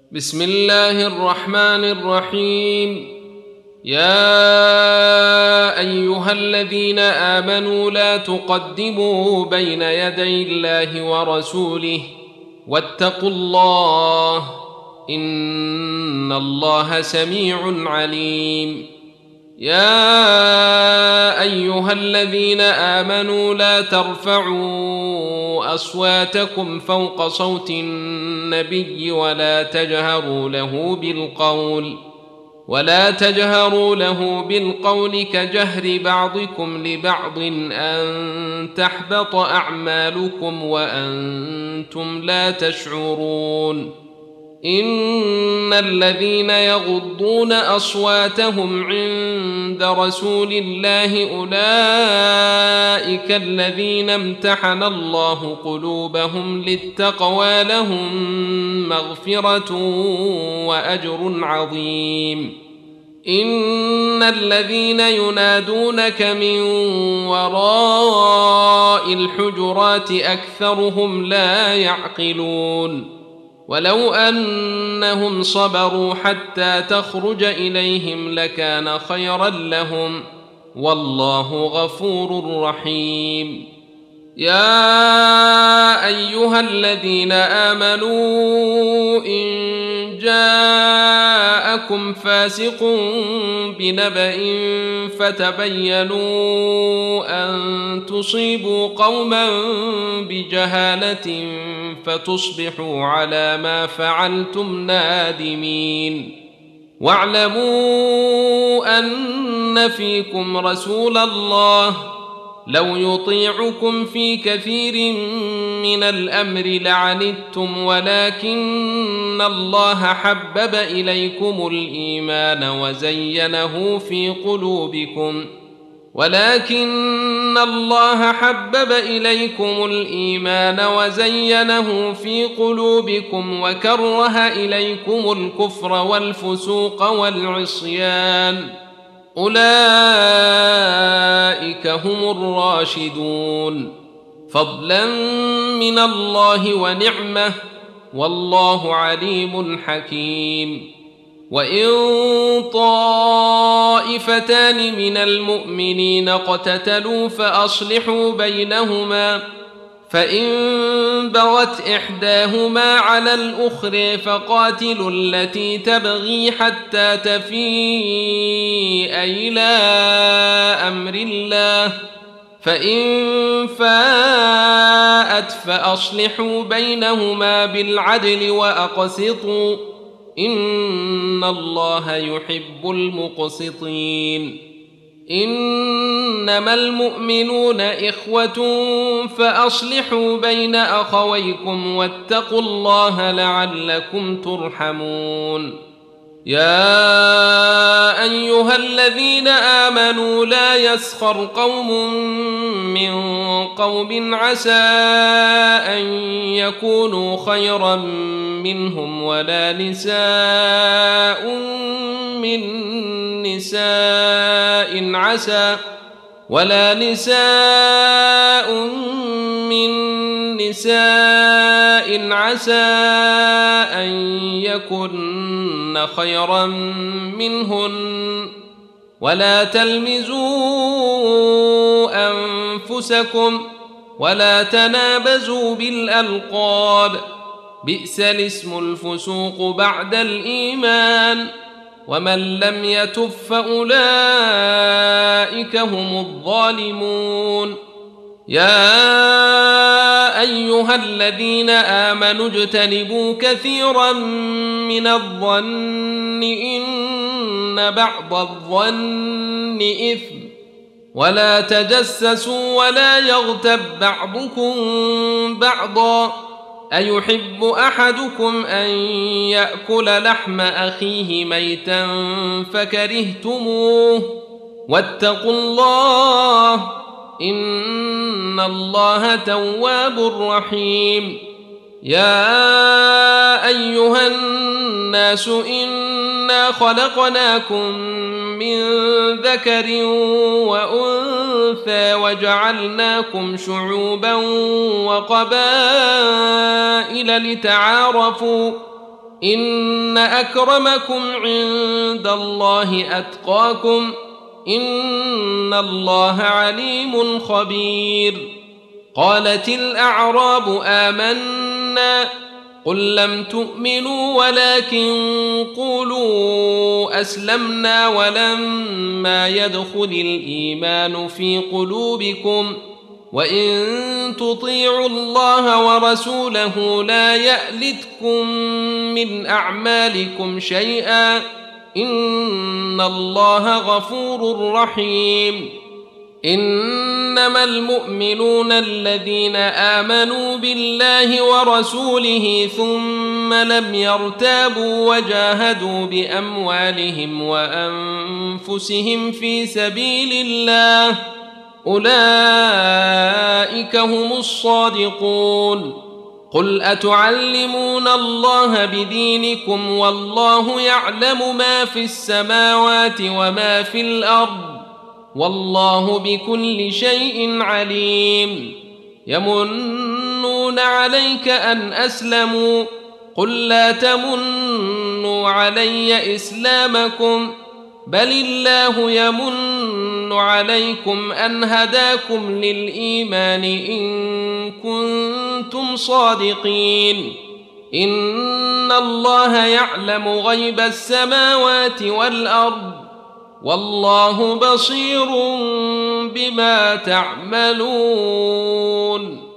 بسم الله الرحمن الرحيم. يا أيها الذين آمنوا لا تقدموا بين يدي الله ورسوله واتقوا الله إن الله سميع عليم. يا أيها الذين آمنوا لا ترفعوا أصواتكم فوق صوت النبي ولا تجهروا له بالقول كجهر بعضكم لبعض أن تحبط أعمالكم وأنتم لا تشعرون. إن الذين يغضون أصواتهم عند رسول الله أولئك الذين امتحن الله قلوبهم للتقوى لهم مغفرة وأجر عظيم. إن الذين ينادونك من وراء الحجرات أكثرهم لا يعقلون. ولو أنهم صبروا حتى تخرج إليهم لكان خيرا لهم والله غفور رحيم. يا أيها الذين آمنوا إن جاءكم فاسق بنبأ فتبينوا أن تصيبوا قوما بجهالة فتصبحوا على ما فعلتم نادمين. واعلموا أن فيكم رسول الله لو يطيعكم في كثير من الأمر لعنتم ولكن الله حبب إليكم الإيمان وزينه في قلوبكم وكره إليكم الكفر والفسوق والعصيان أولئك هم الراشدون فضلا من الله ونعمة والله عليم حكيم. وإن طائفتان من المؤمنين اقتتلوا فأصلحوا بينهما فإن بغت إحداهما على الأخرى فقاتلوا التي تبغي حتى تفيء إلى أمر الله فإن فاءت فأصلحوا بينهما بالعدل وأقسطوا إن الله يحب المقسطين. إنما المؤمنون إخوة فأصلحوا بين أخويكم واتقوا الله لعلكم ترحمون. يا أيها الذين آمنوا لا يسخر قوم من قوم عسى أن يكونوا خيرا منهم ولا نساء من نساء عسى أن يكن خيرا منهن ولا تلمزوا أنفسكم ولا تنابزوا بالألقاب بئس الاسم الفسوق بعد الإيمان ومن لم يتب فأولئك هم الظالمون. يا أيها الذين آمنوا اجتنبوا كثيرا من الظن إن بعض الظن إثم ولا تجسسوا ولا يغتب بعضكم بعضا أيحب أحدكم أن يأكل لحم أخيه ميتا فكرهتموه واتقوا الله إن الله تواب رحيم. يا أيها الناس إنا خلقناكم من ذكر وأنثى وجعلناكم شعوبا وقبائل لتعارفوا إن أكرمكم عند الله أتقاكم إن الله عليم خبير. قالت الأعراب آمنا قل لم تؤمنوا ولكن قولوا أسلمنا ولما يدخل الإيمان في قلوبكم وإن تطيعوا الله ورسوله لا يألتكم من أعمالكم شيئا إن الله غفور رحيم. إنما المؤمنون الذين آمنوا بالله ورسوله ثم لم يرتابوا وجاهدوا بأموالهم وأنفسهم في سبيل الله أولئك هم الصادقون. قل أتعلمون الله بدينكم والله يعلم ما في السماوات وما في الأرض والله بكل شيء عليم. يمنون عليك أن أسلموا قل لا تمنوا علي إسلامكم بل الله يمن عليكم أن هداكم للإيمان إن كنتم صادقين. إن الله يعلم غيب السماوات والأرض والله بصير بما تعملون.